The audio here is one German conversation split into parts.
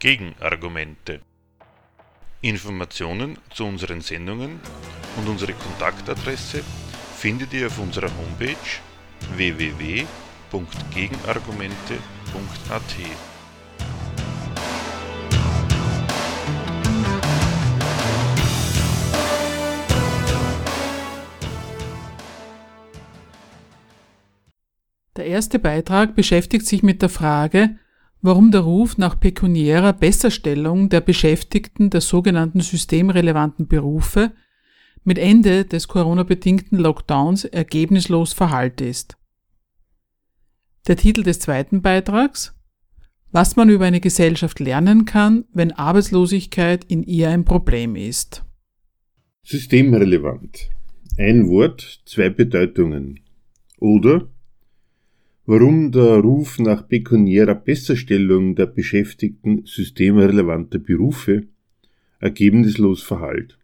Gegenargumente. Informationen zu unseren Sendungen und unsere Kontaktadresse findet ihr auf unserer Homepage www.gegenargumente.at. Der erste Beitrag beschäftigt sich mit der Frage, warum der Ruf nach pekuniärer Besserstellung der Beschäftigten der sogenannten systemrelevanten Berufe mit Ende des Corona-bedingten Lockdowns ergebnislos verhallt ist. Der Titel des zweiten Beitrags: Was man über eine Gesellschaft lernen kann, wenn Arbeitslosigkeit in ihr ein Problem ist. Systemrelevant. Ein Wort, zwei Bedeutungen. Oder warum der Ruf nach pekuniärer Besserstellung der Beschäftigten systemrelevanter Berufe ergebnislos verhallt.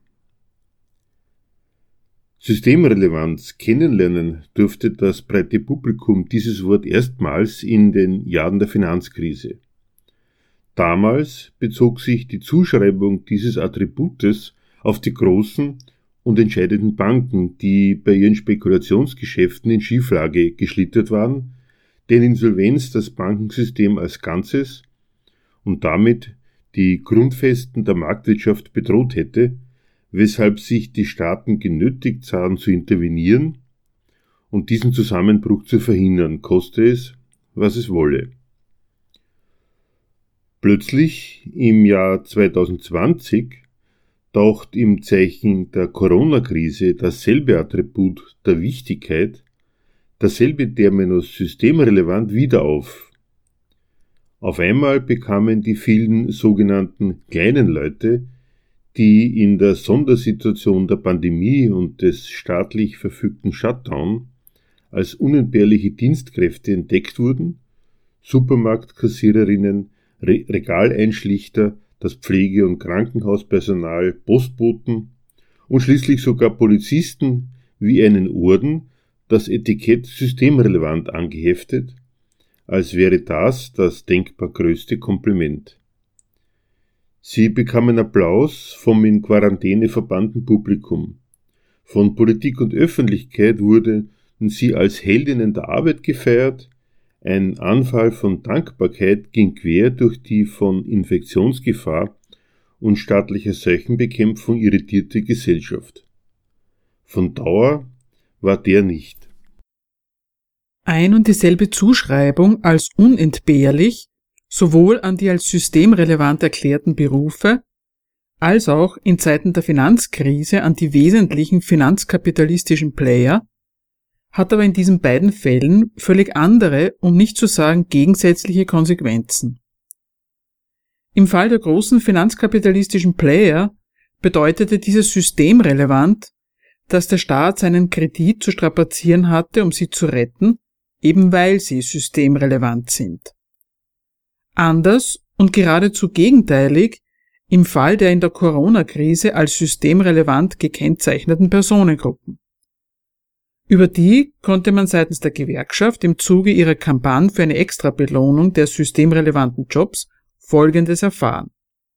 Systemrelevanz kennenlernen durfte das breite Publikum dieses Wort erstmals in den Jahren der Finanzkrise. Damals bezog sich die Zuschreibung dieses Attributes auf die großen und entscheidenden Banken, die bei ihren Spekulationsgeschäften in Schieflage geschlittert waren, deren Insolvenz das Bankensystem als Ganzes und damit die Grundfesten der Marktwirtschaft bedroht hätte, weshalb sich die Staaten genötigt sahen zu intervenieren und diesen Zusammenbruch zu verhindern, koste es, was es wolle. Plötzlich im Jahr 2020 taucht im Zeichen der Corona-Krise dasselbe Attribut der Wichtigkeit, dasselbe Terminus systemrelevant wieder auf. Auf einmal bekamen die vielen sogenannten kleinen Leute, die in der Sondersituation der Pandemie und des staatlich verfügten Shutdown als unentbehrliche Dienstkräfte entdeckt wurden, Supermarktkassiererinnen, Regaleinschlichter, das Pflege- und Krankenhauspersonal, Postboten und schließlich sogar Polizisten wie einen Orden, das Etikett systemrelevant angeheftet, als wäre das denkbar größte Kompliment. Sie bekamen Applaus vom in Quarantäne verbannten Publikum. Von Politik und Öffentlichkeit wurden sie als Heldinnen der Arbeit gefeiert, ein Anfall von Dankbarkeit ging quer durch die von Infektionsgefahr und staatlicher Seuchenbekämpfung irritierte Gesellschaft. Von Dauer war der nicht. Ein und dieselbe Zuschreibung als unentbehrlich sowohl an die als systemrelevant erklärten Berufe als auch in Zeiten der Finanzkrise an die wesentlichen finanzkapitalistischen Player hat aber in diesen beiden Fällen völlig andere, um nicht zu sagen gegensätzliche Konsequenzen. Im Fall der großen finanzkapitalistischen Player bedeutete dieses systemrelevant, dass der Staat seinen Kredit zu strapazieren hatte, um sie zu retten, eben weil sie systemrelevant sind. Anders und geradezu gegenteilig im Fall der in der Corona-Krise als systemrelevant gekennzeichneten Personengruppen. Über die konnte man seitens der Gewerkschaft im Zuge ihrer Kampagne für eine Extrabelohnung der systemrelevanten Jobs Folgendes erfahren.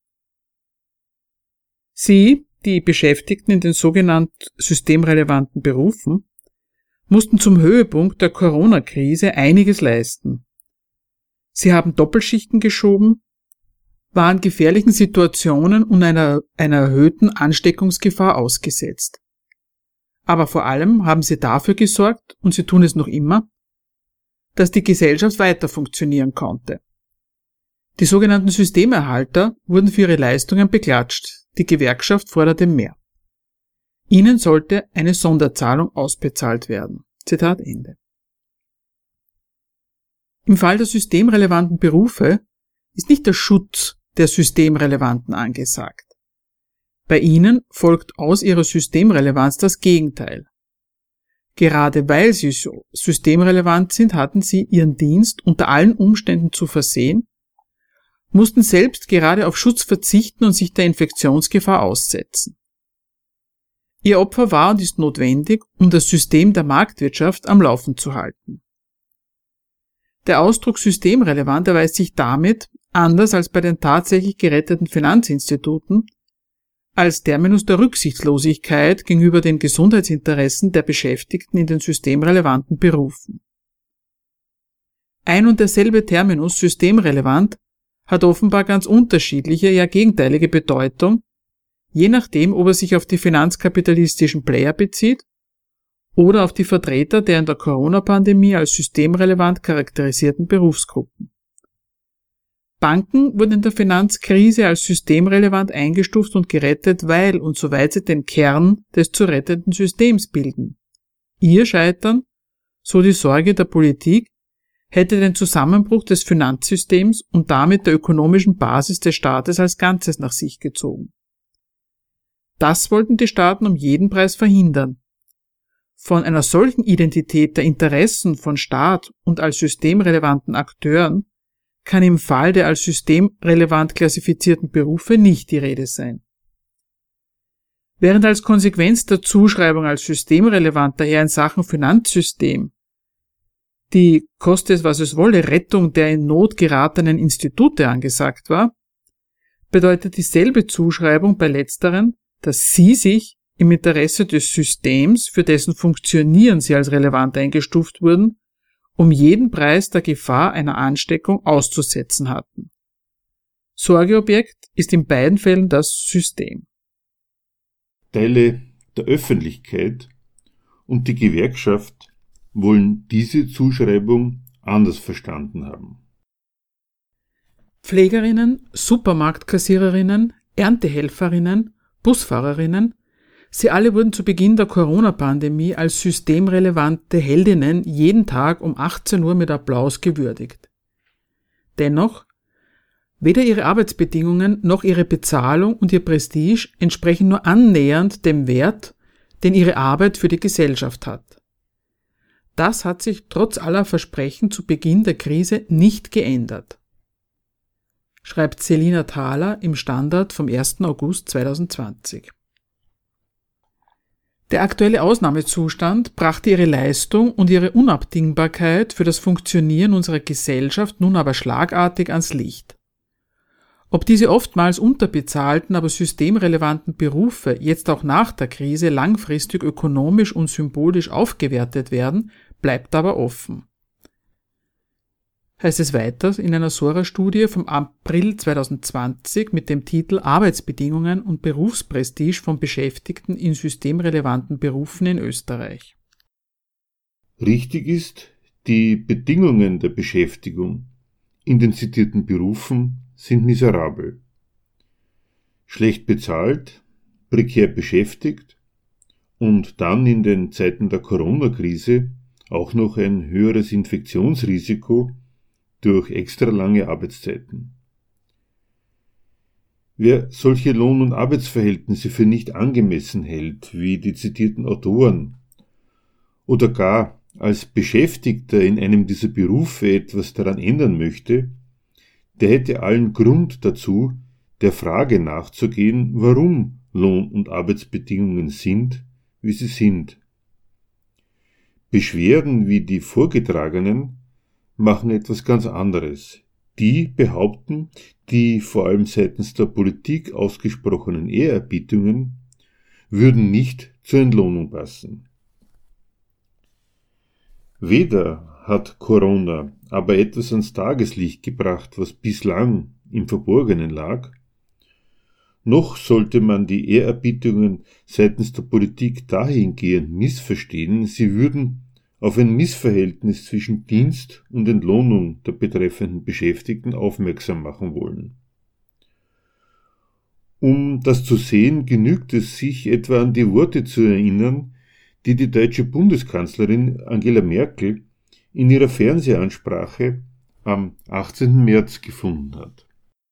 Sie, die Beschäftigten in den sogenannten systemrelevanten Berufen, mussten zum Höhepunkt der Corona-Krise einiges leisten. Sie haben Doppelschichten geschoben, waren gefährlichen Situationen und einer erhöhten Ansteckungsgefahr ausgesetzt. Aber vor allem haben sie dafür gesorgt, und sie tun es noch immer, dass die Gesellschaft weiter funktionieren konnte. Die sogenannten Systemerhalter wurden für ihre Leistungen beklatscht, die Gewerkschaft forderte mehr. Ihnen sollte eine Sonderzahlung ausbezahlt werden. Zitat Ende. Im Fall der systemrelevanten Berufe ist nicht der Schutz der Systemrelevanten angesagt. Bei ihnen folgt aus ihrer Systemrelevanz das Gegenteil. Gerade weil sie so systemrelevant sind, hatten sie ihren Dienst unter allen Umständen zu versehen, mussten selbst gerade auf Schutz verzichten und sich der Infektionsgefahr aussetzen. Ihr Opfer war und ist notwendig, um das System der Marktwirtschaft am Laufen zu halten. Der Ausdruck systemrelevant erweist sich damit anders als bei den tatsächlich geretteten Finanzinstituten, als Terminus der Rücksichtslosigkeit gegenüber den Gesundheitsinteressen der Beschäftigten in den systemrelevanten Berufen. Ein und derselbe Terminus systemrelevant hat offenbar ganz unterschiedliche, ja gegenteilige Bedeutung, je nachdem, ob er sich auf die finanzkapitalistischen Player bezieht oder auf die Vertreter der in der Corona-Pandemie als systemrelevant charakterisierten Berufsgruppen. Banken wurden in der Finanzkrise als systemrelevant eingestuft und gerettet, weil und soweit sie den Kern des zu rettenden Systems bilden. Ihr Scheitern, so die Sorge der Politik, hätte den Zusammenbruch des Finanzsystems und damit der ökonomischen Basis des Staates als Ganzes nach sich gezogen. Das wollten die Staaten um jeden Preis verhindern. Von einer solchen Identität der Interessen von Staat und als systemrelevanten Akteuren kann im Fall der als systemrelevant klassifizierten Berufe nicht die Rede sein. Während als Konsequenz der Zuschreibung als systemrelevant daher in Sachen Finanzsystem die, koste es was es wolle, Rettung der in Not geratenen Institute angesagt war, bedeutet dieselbe Zuschreibung bei letzteren, dass sie sich im Interesse des Systems, für dessen Funktionieren sie als relevant eingestuft wurden, um jeden Preis der Gefahr einer Ansteckung auszusetzen hatten. Sorgeobjekt ist in beiden Fällen das System. Teile der Öffentlichkeit und die Gewerkschaft wollen diese Zuschreibung anders verstanden haben. Pflegerinnen, Supermarktkassiererinnen, Erntehelferinnen, Busfahrerinnen, sie alle wurden zu Beginn der Corona-Pandemie als systemrelevante Heldinnen jeden Tag um 18 Uhr mit Applaus gewürdigt. Dennoch, weder ihre Arbeitsbedingungen noch ihre Bezahlung und ihr Prestige entsprechen nur annähernd dem Wert, den ihre Arbeit für die Gesellschaft hat. Das hat sich trotz aller Versprechen zu Beginn der Krise nicht geändert, schreibt Selina Thaler im Standard vom 1. August 2020. Der aktuelle Ausnahmezustand brachte ihre Leistung und ihre Unabdingbarkeit für das Funktionieren unserer Gesellschaft nun aber schlagartig ans Licht. Ob diese oftmals unterbezahlten, aber systemrelevanten Berufe jetzt auch nach der Krise langfristig ökonomisch und symbolisch aufgewertet werden, bleibt aber offen. Heißt es weiter in einer Sora-Studie vom April 2020 mit dem Titel Arbeitsbedingungen und Berufsprestige von Beschäftigten in systemrelevanten Berufen in Österreich. Richtig ist, die Bedingungen der Beschäftigung in den zitierten Berufen sind miserabel. Schlecht bezahlt, prekär beschäftigt und dann in den Zeiten der Corona-Krise auch noch ein höheres Infektionsrisiko durch extra lange Arbeitszeiten. Wer solche Lohn- und Arbeitsverhältnisse für nicht angemessen hält, wie die zitierten Autoren, oder gar als Beschäftigter in einem dieser Berufe etwas daran ändern möchte, der hätte allen Grund dazu, der Frage nachzugehen, warum Lohn- und Arbeitsbedingungen sind, wie sie sind. Beschwerden wie die vorgetragenen machen etwas ganz anderes. Die behaupten, die vor allem seitens der Politik ausgesprochenen Ehrerbietungen würden nicht zur Entlohnung passen. Weder hat Corona aber etwas ans Tageslicht gebracht, was bislang im Verborgenen lag, noch sollte man die Ehrerbietungen seitens der Politik dahingehend missverstehen, sie würden auf ein Missverhältnis zwischen Dienst und Entlohnung der betreffenden Beschäftigten aufmerksam machen wollen. Um das zu sehen, genügt es sich etwa an die Worte zu erinnern, die die deutsche Bundeskanzlerin Angela Merkel in ihrer Fernsehansprache am 18. März gefunden hat.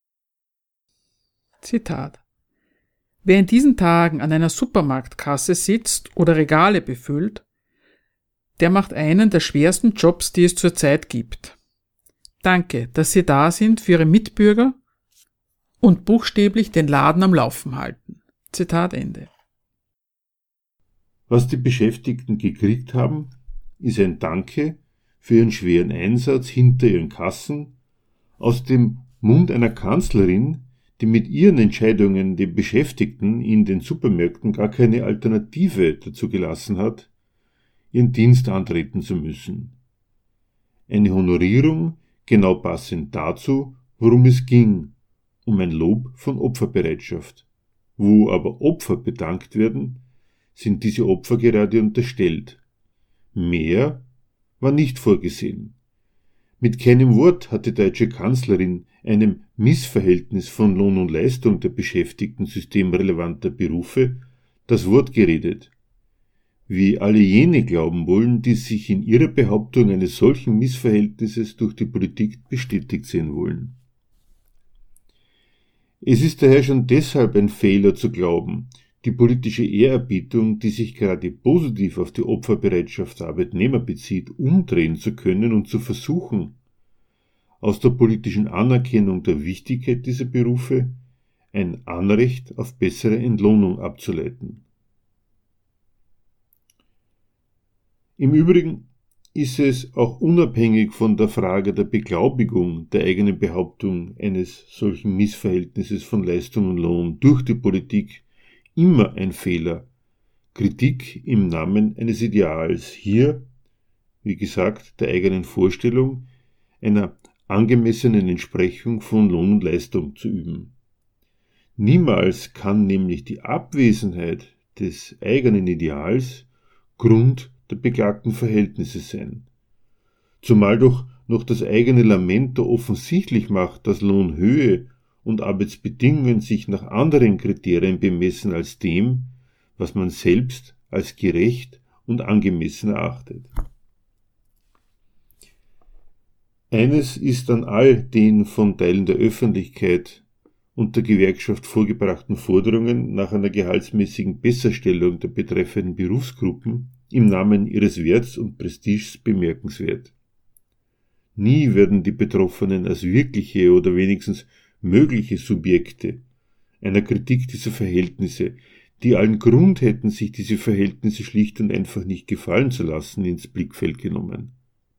Zitat: Wer in diesen Tagen an einer Supermarktkasse sitzt oder Regale befüllt, der macht einen der schwersten Jobs, die es zurzeit gibt. Danke, dass Sie da sind für Ihre Mitbürger und buchstäblich den Laden am Laufen halten. Zitat Ende. Was die Beschäftigten gekriegt haben, ist ein Danke für ihren schweren Einsatz hinter ihren Kassen aus dem Mund einer Kanzlerin, die mit ihren Entscheidungen den Beschäftigten in den Supermärkten gar keine Alternative dazu gelassen hat, ihren Dienst antreten zu müssen. Eine Honorierung genau passend dazu, worum es ging, um ein Lob von Opferbereitschaft. Wo aber Opfer bedankt werden, sind diese Opfer gerade unterstellt. Mehr war nicht vorgesehen. Mit keinem Wort hat die deutsche Kanzlerin einem Missverhältnis von Lohn und Leistung der Beschäftigten systemrelevanter Berufe das Wort geredet. Wie alle jene glauben wollen, die sich in ihrer Behauptung eines solchen Missverhältnisses durch die Politik bestätigt sehen wollen. Es ist daher schon deshalb ein Fehler zu glauben, die politische Ehrerbietung, die sich gerade positiv auf die Opferbereitschaft der Arbeitnehmer bezieht, umdrehen zu können und zu versuchen, aus der politischen Anerkennung der Wichtigkeit dieser Berufe ein Anrecht auf bessere Entlohnung abzuleiten. Im Übrigen ist es auch unabhängig von der Frage der Beglaubigung der eigenen Behauptung eines solchen Missverhältnisses von Leistung und Lohn durch die Politik immer ein Fehler, Kritik im Namen eines Ideals, hier, wie gesagt, der eigenen Vorstellung, einer angemessenen Entsprechung von Lohn und Leistung zu üben. Niemals kann nämlich die Abwesenheit des eigenen Ideals Grund der beklagten Verhältnisse sein. Zumal doch noch das eigene Lamento offensichtlich macht, dass Lohnhöhe und Arbeitsbedingungen sich nach anderen Kriterien bemessen als dem, was man selbst als gerecht und angemessen erachtet. Eines ist an all den von Teilen der Öffentlichkeit und der Gewerkschaft vorgebrachten Forderungen nach einer gehaltsmäßigen Besserstellung der betreffenden Berufsgruppen im Namen ihres Werts und Prestiges bemerkenswert. Nie werden die Betroffenen als wirkliche oder wenigstens mögliche Subjekte einer Kritik dieser Verhältnisse, die allen Grund hätten, sich diese Verhältnisse schlicht und einfach nicht gefallen zu lassen, ins Blickfeld genommen.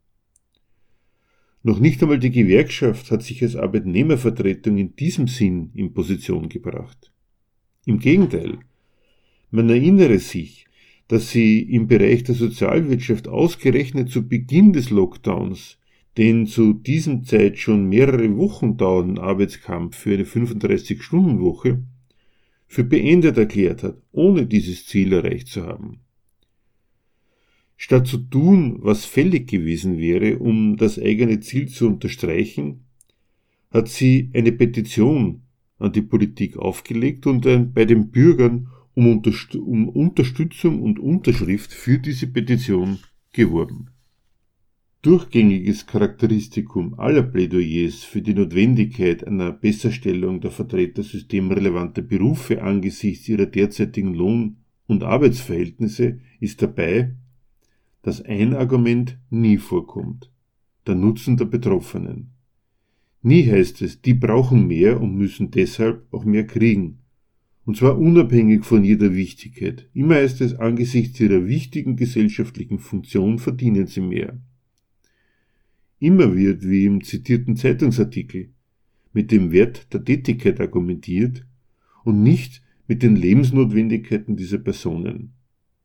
Noch nicht einmal die Gewerkschaft hat sich als Arbeitnehmervertretung in diesem Sinn in Position gebracht. Im Gegenteil, man erinnere sich, dass sie im Bereich der Sozialwirtschaft ausgerechnet zu Beginn des Lockdowns den zu diesem Zeit schon mehrere Wochen dauernden Arbeitskampf für eine 35-Stunden-Woche für beendet erklärt hat, ohne dieses Ziel erreicht zu haben. Statt zu tun, was fällig gewesen wäre, um das eigene Ziel zu unterstreichen, hat sie eine Petition an die Politik aufgelegt und bei den Bürgern um Unterstützung und Unterschrift für diese Petition geworben. Durchgängiges Charakteristikum aller Plädoyers für die Notwendigkeit einer Besserstellung der Vertreter systemrelevanter Berufe angesichts ihrer derzeitigen Lohn- und Arbeitsverhältnisse ist dabei, dass ein Argument nie vorkommt: der Nutzen der Betroffenen. Nie heißt es, die brauchen mehr und müssen deshalb auch mehr kriegen. Und zwar unabhängig von jeder Wichtigkeit. Immer heißt es, angesichts ihrer wichtigen gesellschaftlichen Funktion verdienen sie mehr. Immer wird, wie im zitierten Zeitungsartikel, mit dem Wert der Tätigkeit argumentiert und nicht mit den Lebensnotwendigkeiten dieser Personen.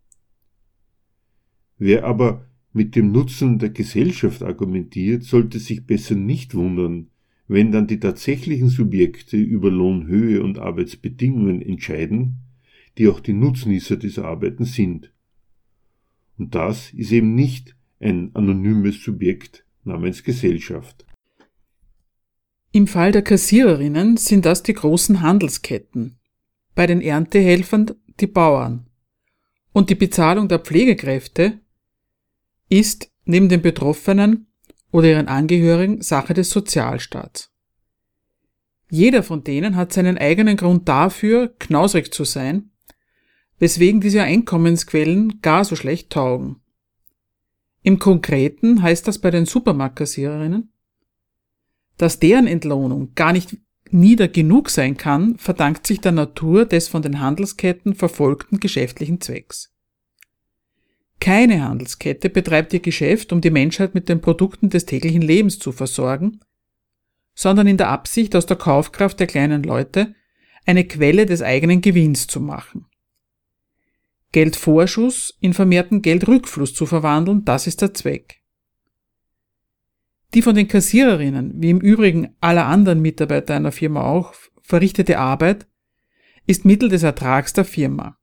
Wer aber mit dem Nutzen der Gesellschaft argumentiert, sollte sich besser nicht wundern, wenn dann die tatsächlichen Subjekte über Lohnhöhe und Arbeitsbedingungen entscheiden, die auch die Nutznießer dieser Arbeiten sind. Und das ist eben nicht ein anonymes Subjekt namens Gesellschaft. Im Fall der Kassiererinnen sind das die großen Handelsketten, bei den Erntehelfern die Bauern. Und die Bezahlung der Pflegekräfte ist neben den Betroffenen oder ihren Angehörigen Sache des Sozialstaats. Jeder von denen hat seinen eigenen Grund dafür, knausrig zu sein, weswegen diese Einkommensquellen gar so schlecht taugen. Im Konkreten heißt das bei den Supermarktkassiererinnen, dass deren Entlohnung gar nicht nieder genug sein kann, verdankt sich der Natur des von den Handelsketten verfolgten geschäftlichen Zwecks. Keine Handelskette betreibt ihr Geschäft, um die Menschheit mit den Produkten des täglichen Lebens zu versorgen, sondern in der Absicht, aus der Kaufkraft der kleinen Leute eine Quelle des eigenen Gewinns zu machen. Geldvorschuss in vermehrten Geldrückfluss zu verwandeln, das ist der Zweck. Die von den Kassiererinnen, wie im Übrigen aller anderen Mitarbeiter einer Firma auch, verrichtete Arbeit ist Mittel des Ertrags der Firma.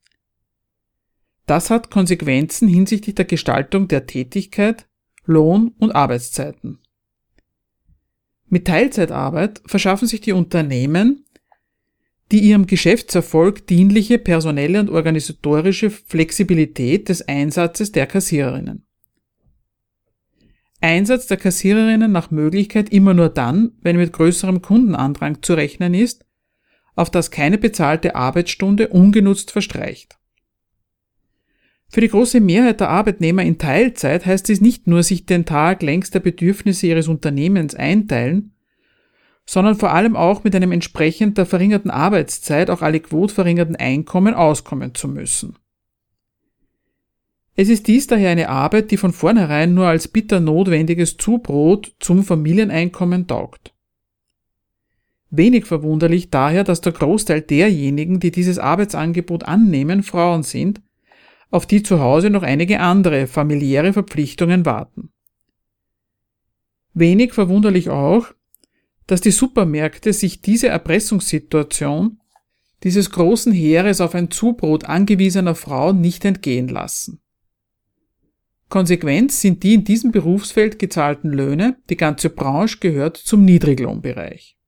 Das hat Konsequenzen hinsichtlich der Gestaltung der Tätigkeit, Lohn und Arbeitszeiten. Mit Teilzeitarbeit verschaffen sich die Unternehmen die ihrem Geschäftserfolg dienliche personelle und organisatorische Flexibilität des Einsatzes der Kassiererinnen. Einsatz der Kassiererinnen nach Möglichkeit immer nur dann, wenn mit größerem Kundenandrang zu rechnen ist, auf das keine bezahlte Arbeitsstunde ungenutzt verstreicht. Für die große Mehrheit der Arbeitnehmer in Teilzeit heißt dies nicht nur sich den Tag längs der Bedürfnisse ihres Unternehmens einteilen, sondern vor allem auch mit einem entsprechend der verringerten Arbeitszeit auch aliquot verringerten Einkommen auskommen zu müssen. Es ist dies daher eine Arbeit, die von vornherein nur als bitter notwendiges Zubrot zum Familieneinkommen taugt. Wenig verwunderlich daher, dass der Großteil derjenigen, die dieses Arbeitsangebot annehmen, Frauen sind, auf die zu Hause noch einige andere familiäre Verpflichtungen warten. Wenig verwunderlich auch, dass die Supermärkte sich diese Erpressungssituation dieses großen Heeres auf ein Zubrot angewiesener Frauen nicht entgehen lassen. Konsequenz sind die in diesem Berufsfeld gezahlten Löhne, die ganze Branche gehört zum Niedriglohnbereich.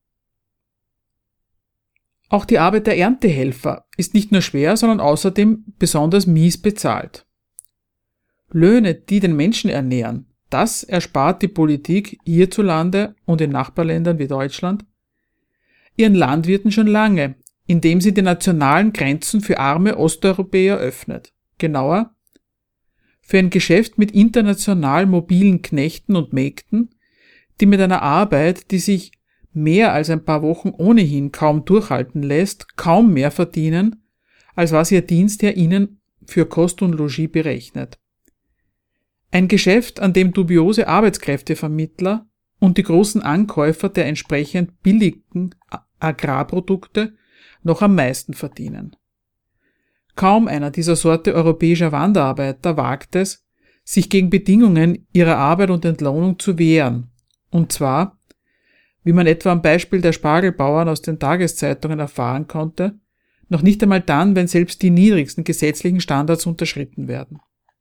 Auch die Arbeit der Erntehelfer ist nicht nur schwer, sondern außerdem besonders mies bezahlt. Löhne, die den Menschen ernähren, das erspart die Politik hierzulande und in Nachbarländern wie Deutschland ihren Landwirten schon lange, indem sie die nationalen Grenzen für arme Osteuropäer öffnet. Genauer, für ein Geschäft mit international mobilen Knechten und Mägden, die mit einer Arbeit, die sich mehr als ein paar Wochen ohnehin kaum durchhalten lässt, kaum mehr verdienen, als was ihr Dienstherr ihnen für Kost und Logis berechnet. Ein Geschäft, an dem dubiose Arbeitskräftevermittler und die großen Ankäufer der entsprechend billigen Agrarprodukte noch am meisten verdienen. Kaum einer dieser Sorte europäischer Wanderarbeiter wagt es, sich gegen Bedingungen ihrer Arbeit und Entlohnung zu wehren, und zwar, wie man etwa am Beispiel der Spargelbauern aus den Tageszeitungen erfahren konnte, noch nicht einmal dann, wenn selbst die niedrigsten gesetzlichen Standards unterschritten werden.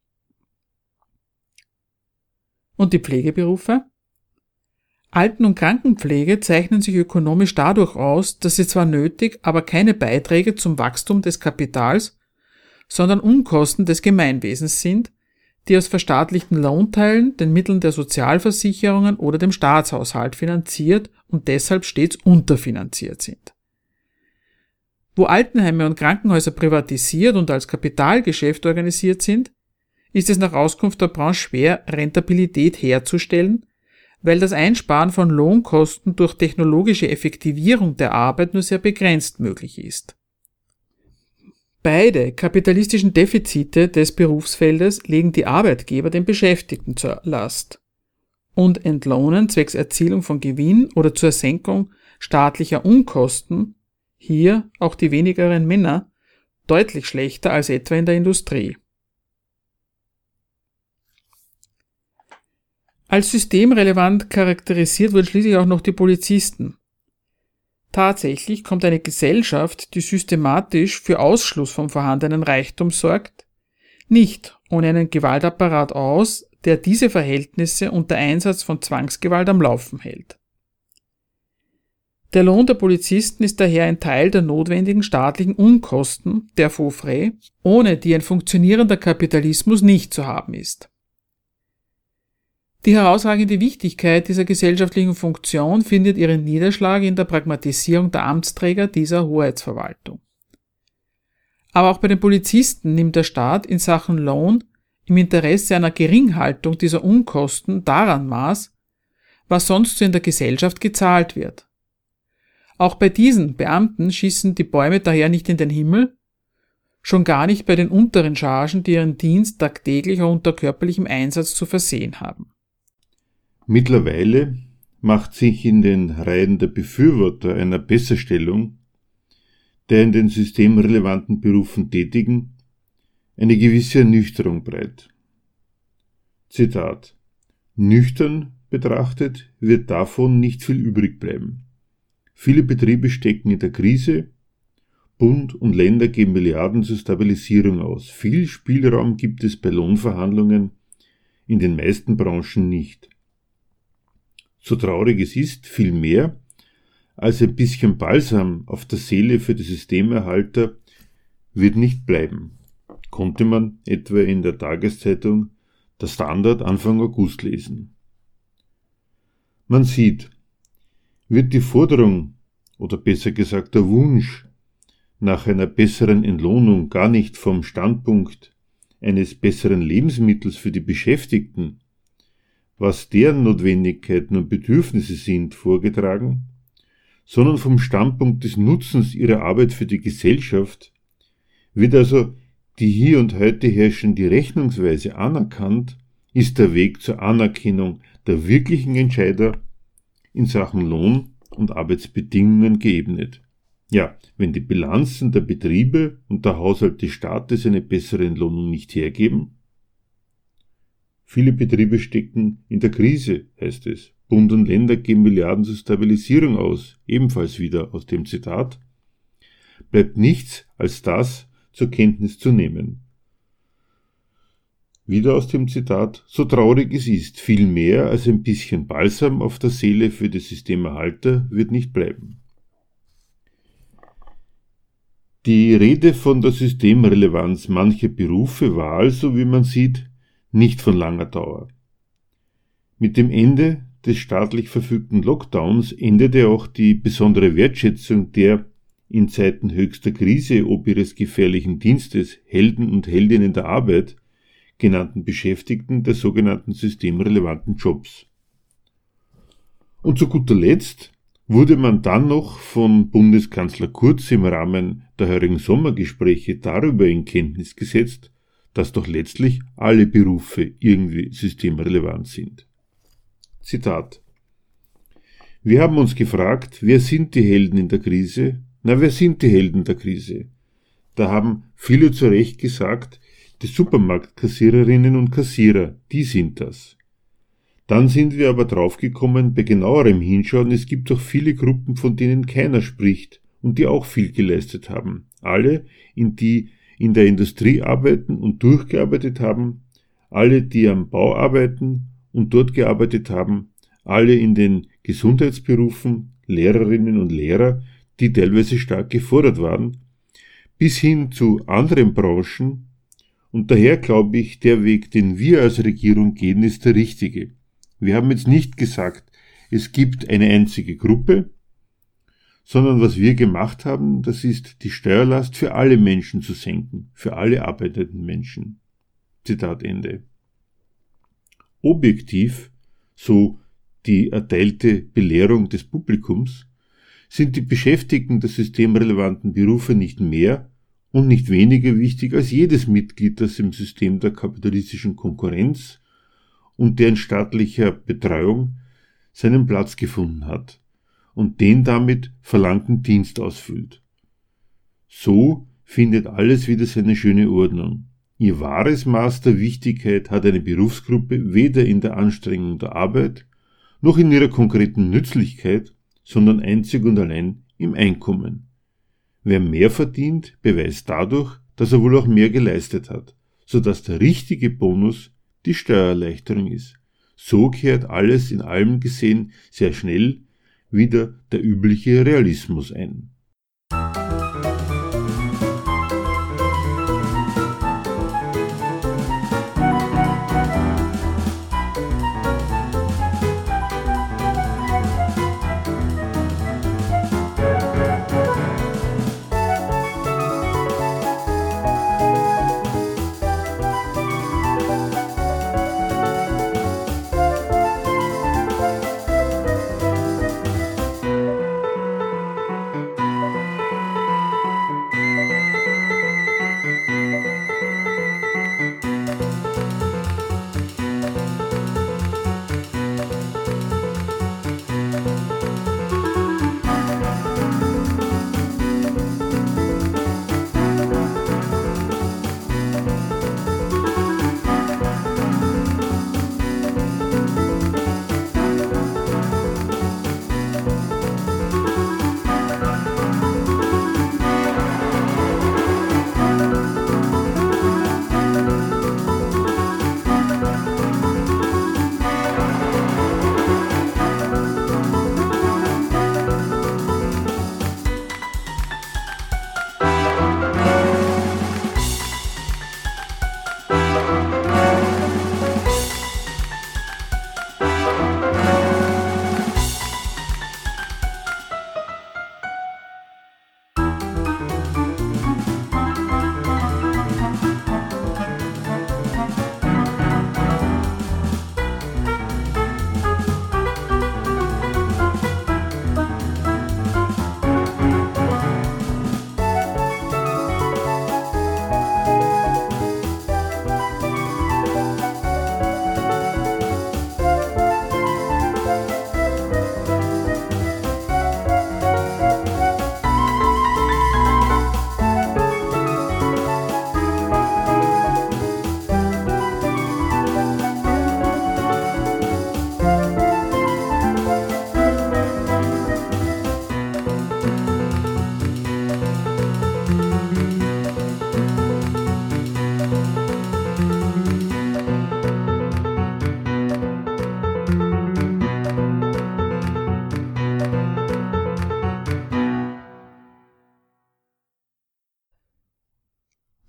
Und die Pflegeberufe? Alten- und Krankenpflege zeichnen sich ökonomisch dadurch aus, dass sie zwar nötig, aber keine Beiträge zum Wachstum des Kapitals, sondern Unkosten des Gemeinwesens sind, die aus verstaatlichten Lohnteilen, den Mitteln der Sozialversicherungen oder dem Staatshaushalt finanziert und deshalb stets unterfinanziert sind. Wo Altenheime und Krankenhäuser privatisiert und als Kapitalgeschäft organisiert sind, ist es nach Auskunft der Branche schwer, Rentabilität herzustellen, weil das Einsparen von Lohnkosten durch technologische Effektivierung der Arbeit nur sehr begrenzt möglich ist. Beide kapitalistischen Defizite des Berufsfeldes legen die Arbeitgeber den Beschäftigten zur Last und entlohnen zwecks Erzielung von Gewinn oder zur Senkung staatlicher Unkosten, hier auch die wenigeren Männer, deutlich schlechter als etwa in der Industrie. Als systemrelevant charakterisiert wurden schließlich auch noch die Polizisten. Tatsächlich kommt eine Gesellschaft, die systematisch für Ausschluss vom vorhandenen Reichtum sorgt, nicht ohne einen Gewaltapparat aus, der diese Verhältnisse unter Einsatz von Zwangsgewalt am Laufen hält. Der Lohn der Polizisten ist daher ein Teil der notwendigen staatlichen Unkosten, der Faux frais, ohne die ein funktionierender Kapitalismus nicht zu haben ist. Die herausragende Wichtigkeit dieser gesellschaftlichen Funktion findet ihren Niederschlag in der Pragmatisierung der Amtsträger dieser Hoheitsverwaltung. Aber auch bei den Polizisten nimmt der Staat in Sachen Lohn im Interesse einer Geringhaltung dieser Unkosten daran Maß, was sonst so in der Gesellschaft gezahlt wird. Auch bei diesen Beamten schießen die Bäume daher nicht in den Himmel, schon gar nicht bei den unteren Chargen, die ihren Dienst tagtäglich auch unter körperlichem Einsatz zu versehen haben. Mittlerweile macht sich in den Reihen der Befürworter einer Besserstellung der in den systemrelevanten Berufen Tätigen eine gewisse Ernüchterung breit. Zitat: Nüchtern betrachtet wird davon nicht viel übrig bleiben. Viele Betriebe stecken in der Krise, Bund und Länder geben Milliarden zur Stabilisierung aus. Viel Spielraum gibt es bei Lohnverhandlungen in den meisten Branchen nicht. So traurig es ist, viel mehr als ein bisschen Balsam auf der Seele für die Systemerhalter wird nicht bleiben, konnte man etwa in der Tageszeitung Der Standard Anfang August lesen. Man sieht, wird die Forderung, oder besser gesagt der Wunsch, nach einer besseren Entlohnung gar nicht vom Standpunkt eines besseren Lebensmittels für die Beschäftigten, was deren Notwendigkeiten und Bedürfnisse sind, vorgetragen, sondern vom Standpunkt des Nutzens ihrer Arbeit für die Gesellschaft, wird also die hier und heute herrschende Rechnungsweise anerkannt, ist der Weg zur Anerkennung der wirklichen Entscheider in Sachen Lohn und Arbeitsbedingungen geebnet. Ja, wenn die Bilanzen der Betriebe und der Haushalt des Staates eine bessere Entlohnung nicht hergeben? Viele Betriebe stecken in der Krise, heißt es. Bund und Länder geben Milliarden zur Stabilisierung aus, ebenfalls wieder aus dem Zitat. Bleibt nichts als das zur Kenntnis zu nehmen. Wieder aus dem Zitat: So traurig es ist, viel mehr als ein bisschen Balsam auf der Seele für die Systemerhalter wird nicht bleiben. Die Rede von der Systemrelevanz mancher Berufe war also, wie man sieht, nicht von langer Dauer. Mit dem Ende des staatlich verfügten Lockdowns endete auch die besondere Wertschätzung der in Zeiten höchster Krise ob ihres gefährlichen Dienstes Helden und Heldinnen der Arbeit genannten Beschäftigten der sogenannten systemrelevanten Jobs. Und zu guter Letzt wurde man dann noch von Bundeskanzler Kurz im Rahmen der heurigen Sommergespräche darüber in Kenntnis gesetzt, dass doch letztlich alle Berufe irgendwie systemrelevant sind. Zitat: Wir haben uns gefragt, wer sind die Helden in der Krise? Na, wer sind die Helden der Krise? Da haben viele zu Recht gesagt, die Supermarktkassiererinnen und Kassierer, die sind das. Dann sind wir aber draufgekommen, bei genauerem Hinschauen, es gibt doch viele Gruppen, von denen keiner spricht und die auch viel geleistet haben. Alle, die in der Industrie arbeiten und durchgearbeitet haben, alle, die am Bau arbeiten und dort gearbeitet haben, alle in den Gesundheitsberufen, Lehrerinnen und Lehrer, die teilweise stark gefordert waren, bis hin zu anderen Branchen. Und daher glaube ich, der Weg, den wir als Regierung gehen, ist der richtige. Wir haben jetzt nicht gesagt, es gibt eine einzige Gruppe, sondern was wir gemacht haben, das ist, die Steuerlast für alle Menschen zu senken, für alle arbeitenden Menschen. Zitat Ende. Objektiv, so die erteilte Belehrung des Publikums, sind die Beschäftigten der systemrelevanten Berufe nicht mehr und nicht weniger wichtig als jedes Mitglied, das im System der kapitalistischen Konkurrenz und deren staatlicher Betreuung seinen Platz gefunden hat und den damit verlangten Dienst ausfüllt. So findet alles wieder seine schöne Ordnung. Ihr wahres Maß der Wichtigkeit hat eine Berufsgruppe weder in der Anstrengung der Arbeit noch in ihrer konkreten Nützlichkeit, sondern einzig und allein im Einkommen. Wer mehr verdient, beweist dadurch, dass er wohl auch mehr geleistet hat, sodass der richtige Bonus die Steuererleichterung ist. So kehrt alles in allem gesehen sehr schnell wieder der übliche Realismus ein.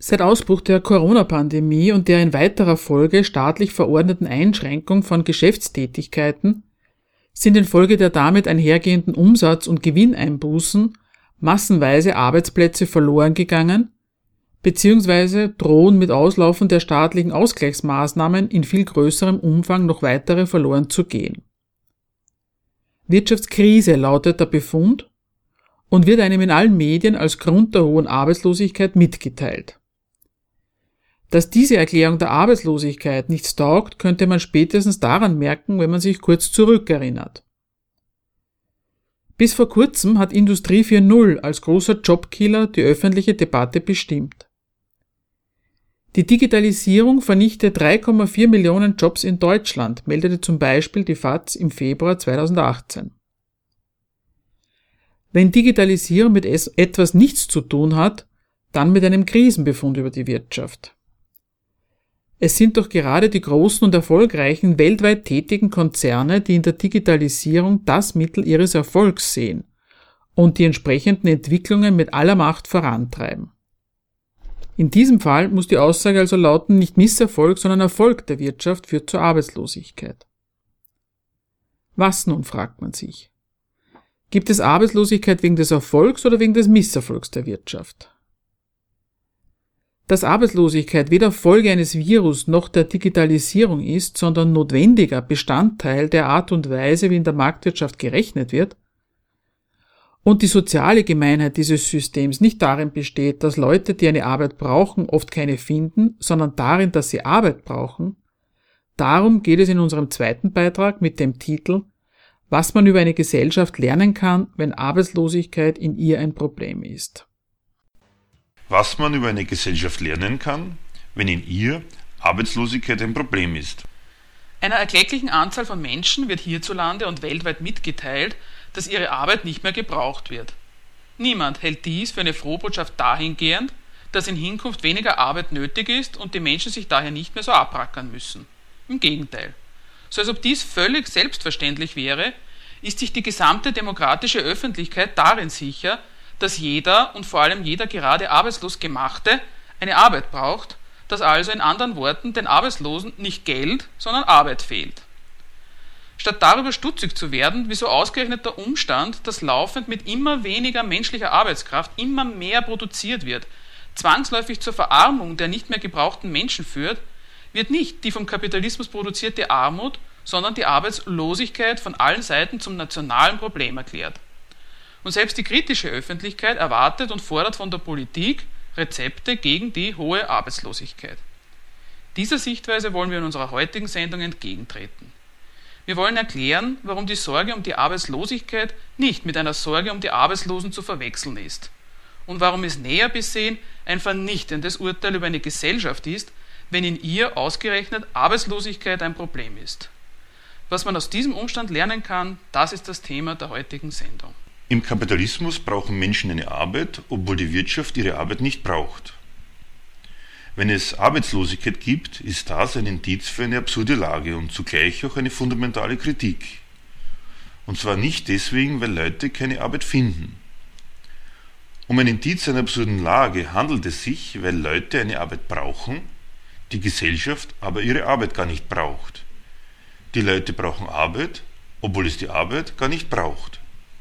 Seit Ausbruch der Corona-Pandemie und der in weiterer Folge staatlich verordneten Einschränkung von Geschäftstätigkeiten sind infolge der damit einhergehenden Umsatz- und Gewinneinbußen massenweise Arbeitsplätze verloren gegangen, beziehungsweise drohen mit Auslaufen der staatlichen Ausgleichsmaßnahmen in viel größerem Umfang noch weitere verloren zu gehen. Wirtschaftskrise lautet der Befund und wird einem in allen Medien als Grund der hohen Arbeitslosigkeit mitgeteilt. Dass diese Erklärung der Arbeitslosigkeit nichts taugt, könnte man spätestens daran merken, wenn man sich kurz zurückerinnert. Bis vor kurzem hat Industrie 4.0 als großer Jobkiller die öffentliche Debatte bestimmt. Die Digitalisierung vernichte 3,4 Millionen Jobs in Deutschland, meldete zum Beispiel die FAZ im Februar 2018. Wenn Digitalisierung mit etwas nichts zu tun hat, dann mit einem Krisenbefund über die Wirtschaft. Es sind doch gerade die großen und erfolgreichen, weltweit tätigen Konzerne, die in der Digitalisierung das Mittel ihres Erfolgs sehen und die entsprechenden Entwicklungen mit aller Macht vorantreiben. In diesem Fall muss die Aussage also lauten, nicht Misserfolg, sondern Erfolg der Wirtschaft führt zur Arbeitslosigkeit. Was nun, fragt man sich. Gibt es Arbeitslosigkeit wegen des Erfolgs oder wegen des Misserfolgs der Wirtschaft? Dass Arbeitslosigkeit weder Folge eines Virus noch der Digitalisierung ist, sondern notwendiger Bestandteil der Art und Weise, wie in der Marktwirtschaft gerechnet wird, und die soziale Gemeinheit dieses Systems nicht darin besteht, dass Leute, die eine Arbeit brauchen, oft keine finden, sondern darin, dass sie Arbeit brauchen, darum geht es in unserem zweiten Beitrag mit dem Titel Was man über eine Gesellschaft lernen kann, wenn Arbeitslosigkeit in ihr ein Problem ist. Was man über eine Gesellschaft lernen kann, wenn in ihr Arbeitslosigkeit ein Problem ist. Einer erklecklichen Anzahl von Menschen wird hierzulande und weltweit mitgeteilt, dass ihre Arbeit nicht mehr gebraucht wird. Niemand hält dies für eine Frohbotschaft dahingehend, dass in Hinkunft weniger Arbeit nötig ist und die Menschen sich daher nicht mehr so abrackern müssen. Im Gegenteil. So als ob dies völlig selbstverständlich wäre, ist sich die gesamte demokratische Öffentlichkeit darin sicher, dass jeder und vor allem jeder gerade arbeitslos Gemachte eine Arbeit braucht, dass also in anderen Worten den Arbeitslosen nicht Geld, sondern Arbeit fehlt. Statt darüber stutzig zu werden, wieso ausgerechnet der Umstand, dass laufend mit immer weniger menschlicher Arbeitskraft immer mehr produziert wird, zwangsläufig zur Verarmung der nicht mehr gebrauchten Menschen führt, wird nicht die vom Kapitalismus produzierte Armut, sondern die Arbeitslosigkeit von allen Seiten zum nationalen Problem erklärt. Und selbst die kritische Öffentlichkeit erwartet und fordert von der Politik Rezepte gegen die hohe Arbeitslosigkeit. Dieser Sichtweise wollen wir in unserer heutigen Sendung entgegentreten. Wir wollen erklären, warum die Sorge um die Arbeitslosigkeit nicht mit einer Sorge um die Arbeitslosen zu verwechseln ist und warum es näher besehen ein vernichtendes Urteil über eine Gesellschaft ist, wenn in ihr ausgerechnet Arbeitslosigkeit ein Problem ist. Was man aus diesem Umstand lernen kann, das ist das Thema der heutigen Sendung. Im Kapitalismus brauchen Menschen eine Arbeit, obwohl die Wirtschaft ihre Arbeit nicht braucht. Wenn es Arbeitslosigkeit gibt, ist das ein Indiz für eine absurde Lage und zugleich auch eine fundamentale Kritik. Und zwar nicht deswegen, weil Leute keine Arbeit finden. Um ein Indiz einer absurden Lage handelt es sich, weil Leute eine Arbeit brauchen, die Gesellschaft aber ihre Arbeit gar nicht braucht. Die Leute brauchen Arbeit, obwohl es die Arbeit gar nicht braucht.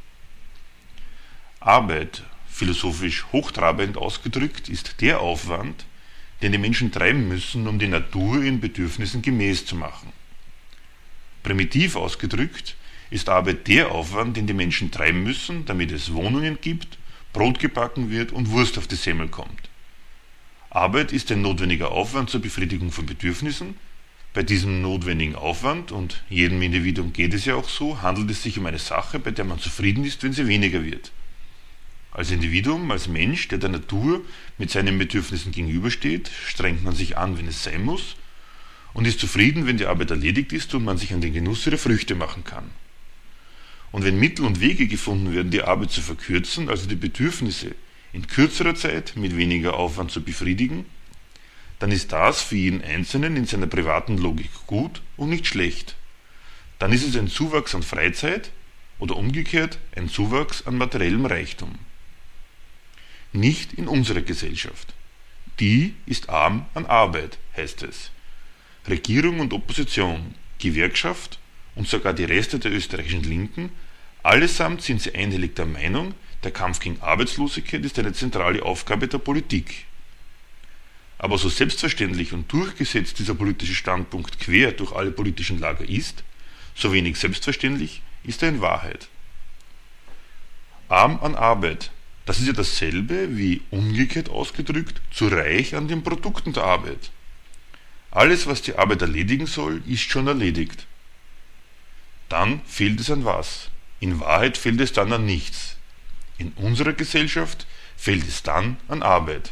Arbeit, philosophisch hochtrabend ausgedrückt, ist der Aufwand, den die Menschen treiben müssen, um die Natur ihren Bedürfnissen gemäß zu machen. Primitiv ausgedrückt ist Arbeit der Aufwand, den die Menschen treiben müssen, damit es Wohnungen gibt, Brot gebacken wird und Wurst auf die Semmel kommt. Arbeit ist ein notwendiger Aufwand zur Befriedigung von Bedürfnissen. Bei diesem notwendigen Aufwand, und jedem Individuum geht es ja auch so, handelt es sich um eine Sache, bei der man zufrieden ist, wenn sie weniger wird. Als Individuum, als Mensch, der Natur mit seinen Bedürfnissen gegenübersteht, strengt man sich an, wenn es sein muss, und ist zufrieden, wenn die Arbeit erledigt ist und man sich an den Genuss ihrer Früchte machen kann. Und wenn Mittel und Wege gefunden werden, die Arbeit zu verkürzen, also die Bedürfnisse in kürzerer Zeit mit weniger Aufwand zu befriedigen, dann ist das für jeden Einzelnen in seiner privaten Logik gut und nicht schlecht. Dann ist es ein Zuwachs an Freizeit oder umgekehrt ein Zuwachs an materiellem Reichtum. Nicht in unserer Gesellschaft. Die ist arm an Arbeit, heißt es. Regierung und Opposition, Gewerkschaft und sogar die Reste der österreichischen Linken, allesamt sind sie einhellig der Meinung, der Kampf gegen Arbeitslosigkeit ist eine zentrale Aufgabe der Politik. Aber so selbstverständlich und durchgesetzt dieser politische Standpunkt quer durch alle politischen Lager ist, so wenig selbstverständlich ist er in Wahrheit. Arm an Arbeit, das ist ja dasselbe wie umgekehrt ausgedrückt zu reich an den Produkten der Arbeit. Alles, was die Arbeit erledigen soll, ist schon erledigt. Dann fehlt es an was? In Wahrheit fehlt es dann an nichts. In unserer Gesellschaft fehlt es dann an Arbeit.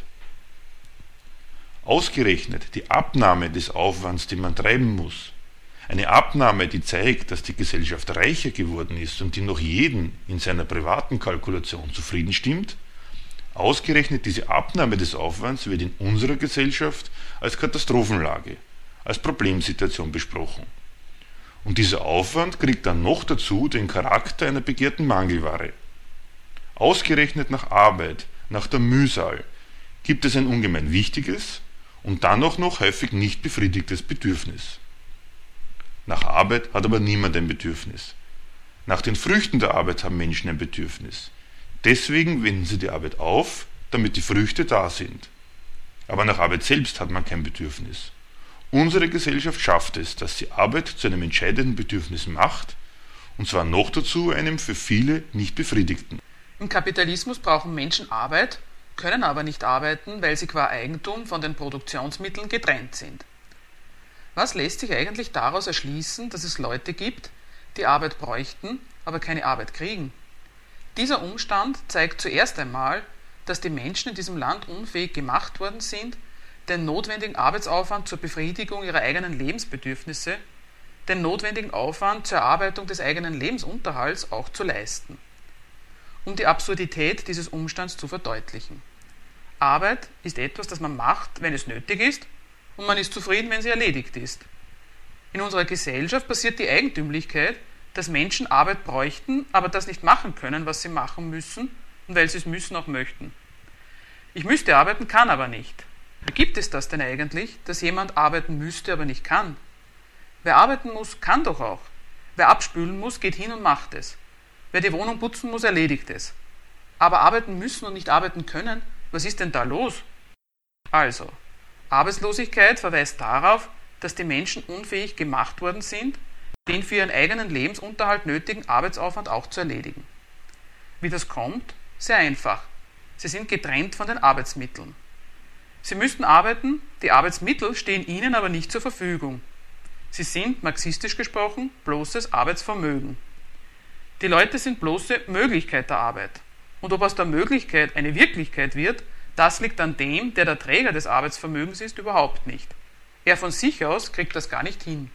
Ausgerechnet die Abnahme des Aufwands, den man treiben muss, eine Abnahme, die zeigt, dass die Gesellschaft reicher geworden ist und die noch jeden in seiner privaten Kalkulation zufrieden stimmt, ausgerechnet diese Abnahme des Aufwands wird in unserer Gesellschaft als Katastrophenlage, als Problemsituation besprochen. Und dieser Aufwand kriegt dann noch dazu den Charakter einer begehrten Mangelware. Ausgerechnet nach Arbeit, nach der Mühsal, gibt es ein ungemein wichtiges und dann auch noch häufig nicht befriedigtes Bedürfnis. Nach Arbeit hat aber niemand ein Bedürfnis. Nach den Früchten der Arbeit haben Menschen ein Bedürfnis. Deswegen wenden sie die Arbeit auf, damit die Früchte da sind. Aber nach Arbeit selbst hat man kein Bedürfnis. Unsere Gesellschaft schafft es, dass sie Arbeit zu einem entscheidenden Bedürfnis macht, und zwar noch dazu einem für viele nicht befriedigten. Im Kapitalismus brauchen Menschen Arbeit, können aber nicht arbeiten, weil sie qua Eigentum von den Produktionsmitteln getrennt sind. Was lässt sich eigentlich daraus erschließen, dass es Leute gibt, die Arbeit bräuchten, aber keine Arbeit kriegen? Dieser Umstand zeigt zuerst einmal, dass die Menschen in diesem Land unfähig gemacht worden sind, den notwendigen Arbeitsaufwand zur Befriedigung ihrer eigenen Lebensbedürfnisse, den notwendigen Aufwand zur Erarbeitung des eigenen Lebensunterhalts auch zu leisten. Um die Absurdität dieses Umstands zu verdeutlichen. Arbeit ist etwas, das man macht, wenn es nötig ist, und man ist zufrieden, wenn sie erledigt ist. In unserer Gesellschaft passiert die Eigentümlichkeit, dass Menschen Arbeit bräuchten, aber das nicht machen können, was sie machen müssen, und weil sie es müssen, auch möchten. Ich müsste arbeiten, kann aber nicht. Wie gibt es das denn eigentlich, dass jemand arbeiten müsste, aber nicht kann? Wer arbeiten muss, kann doch auch. Wer abspülen muss, geht hin und macht es. Wer die Wohnung putzen muss, erledigt es. Aber arbeiten müssen und nicht arbeiten können, was ist denn da los? Also, Arbeitslosigkeit verweist darauf, dass die Menschen unfähig gemacht worden sind, den für ihren eigenen Lebensunterhalt nötigen Arbeitsaufwand auch zu erledigen. Wie das kommt? Sehr einfach. Sie sind getrennt von den Arbeitsmitteln. Sie müssten arbeiten, die Arbeitsmittel stehen ihnen aber nicht zur Verfügung. Sie sind, marxistisch gesprochen, bloßes Arbeitsvermögen. Die Leute sind bloße Möglichkeit der Arbeit. Und ob aus der Möglichkeit eine Wirklichkeit wird, das liegt an dem, der der Träger des Arbeitsvermögens ist, überhaupt nicht. Er von sich aus kriegt das gar nicht hin.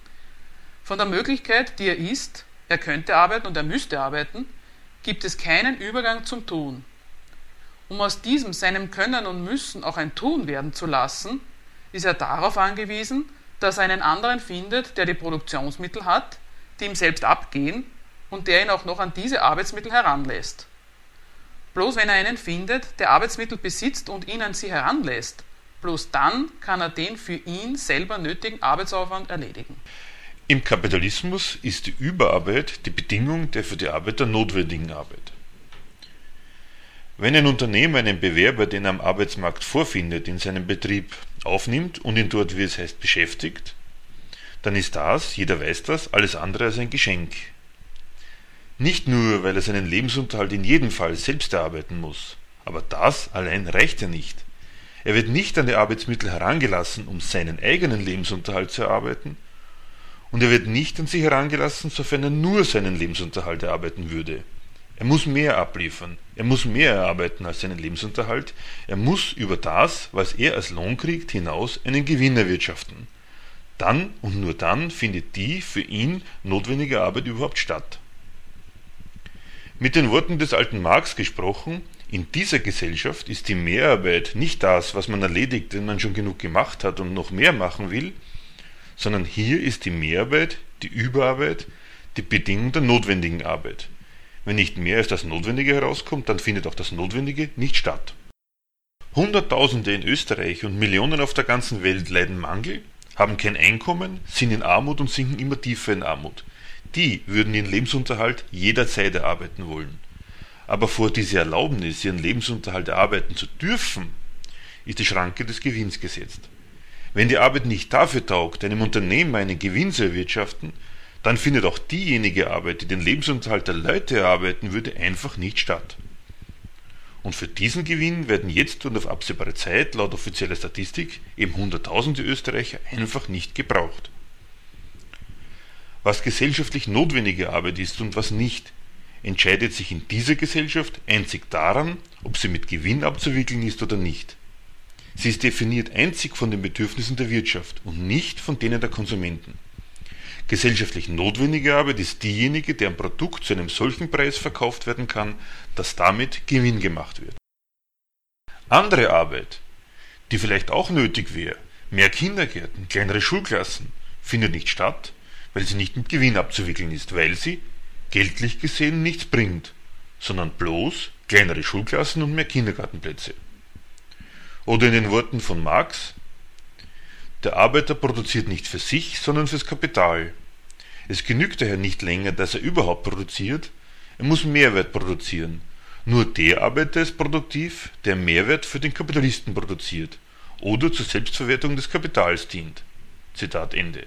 Von der Möglichkeit, die er ist, er könnte arbeiten und er müsste arbeiten, gibt es keinen Übergang zum Tun. Um aus diesem seinem Können und Müssen auch ein Tun werden zu lassen, ist er darauf angewiesen, dass er einen anderen findet, der die Produktionsmittel hat, die ihm selbst abgehen und der ihn auch noch an diese Arbeitsmittel heranlässt. Bloß wenn er einen findet, der Arbeitsmittel besitzt und ihn an sie heranlässt, bloß dann kann er den für ihn selber nötigen Arbeitsaufwand erledigen. Im Kapitalismus ist die Überarbeit die Bedingung der für die Arbeiter notwendigen Arbeit. Wenn ein Unternehmer einen Bewerber, den er am Arbeitsmarkt vorfindet, in seinem Betrieb aufnimmt und ihn dort, wie es heißt, beschäftigt, dann ist das, jeder weiß das, alles andere als ein Geschenk. Nicht nur, weil er seinen Lebensunterhalt in jedem Fall selbst erarbeiten muss, aber das allein reicht ja nicht. Er wird nicht an die Arbeitsmittel herangelassen, um seinen eigenen Lebensunterhalt zu erarbeiten, und er wird nicht an sie herangelassen, sofern er nur seinen Lebensunterhalt erarbeiten würde. Er muss mehr abliefern, er muss mehr erarbeiten als seinen Lebensunterhalt, er muss über das, was er als Lohn kriegt, hinaus einen Gewinn erwirtschaften. Dann und nur dann findet die für ihn notwendige Arbeit überhaupt statt. Mit den Worten des alten Marx gesprochen, in dieser Gesellschaft ist die Mehrarbeit nicht das, was man erledigt, wenn man schon genug gemacht hat und noch mehr machen will, sondern hier ist die Mehrarbeit, die Überarbeit, die Bedingung der notwendigen Arbeit. Wenn nicht mehr als das Notwendige herauskommt, dann findet auch das Notwendige nicht statt. Hunderttausende in Österreich und Millionen auf der ganzen Welt leiden Mangel, haben kein Einkommen, sind in Armut und sinken immer tiefer in Armut. Die würden ihren Lebensunterhalt jederzeit erarbeiten wollen. Aber vor diese Erlaubnis, ihren Lebensunterhalt erarbeiten zu dürfen, ist die Schranke des Gewinns gesetzt. Wenn die Arbeit nicht dafür taugt, einem Unternehmer einen Gewinn zu erwirtschaften, dann findet auch diejenige Arbeit, die den Lebensunterhalt der Leute erarbeiten würde, einfach nicht statt. Und für diesen Gewinn werden jetzt und auf absehbare Zeit, laut offizieller Statistik, eben Hunderttausende Österreicher einfach nicht gebraucht. Was gesellschaftlich notwendige Arbeit ist und was nicht, entscheidet sich in dieser Gesellschaft einzig daran, ob sie mit Gewinn abzuwickeln ist oder nicht. Sie ist definiert einzig von den Bedürfnissen der Wirtschaft und nicht von denen der Konsumenten. Gesellschaftlich notwendige Arbeit ist diejenige, deren Produkt zu einem solchen Preis verkauft werden kann, dass damit Gewinn gemacht wird. Andere Arbeit, die vielleicht auch nötig wäre, mehr Kindergärten, kleinere Schulklassen, findet nicht statt, weil sie nicht mit Gewinn abzuwickeln ist, weil sie, geldlich gesehen, nichts bringt, sondern bloß kleinere Schulklassen und mehr Kindergartenplätze. Oder in den Worten von Marx: Der Arbeiter produziert nicht für sich, sondern fürs Kapital. Es genügt daher nicht länger, dass er überhaupt produziert, er muss Mehrwert produzieren. Nur der Arbeiter ist produktiv, der Mehrwert für den Kapitalisten produziert oder zur Selbstverwertung des Kapitals dient. Zitat Ende.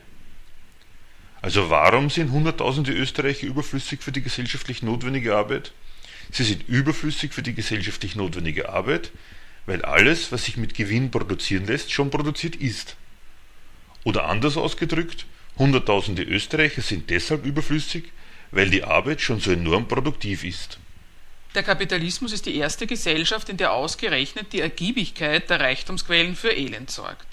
Also warum sind Hunderttausende Österreicher überflüssig für die gesellschaftlich notwendige Arbeit? Sie sind überflüssig für die gesellschaftlich notwendige Arbeit, weil alles, was sich mit Gewinn produzieren lässt, schon produziert ist. Oder anders ausgedrückt, Hunderttausende Österreicher sind deshalb überflüssig, weil die Arbeit schon so enorm produktiv ist. Der Kapitalismus ist die erste Gesellschaft, in der ausgerechnet die Ergiebigkeit der Reichtumsquellen für Elend sorgt.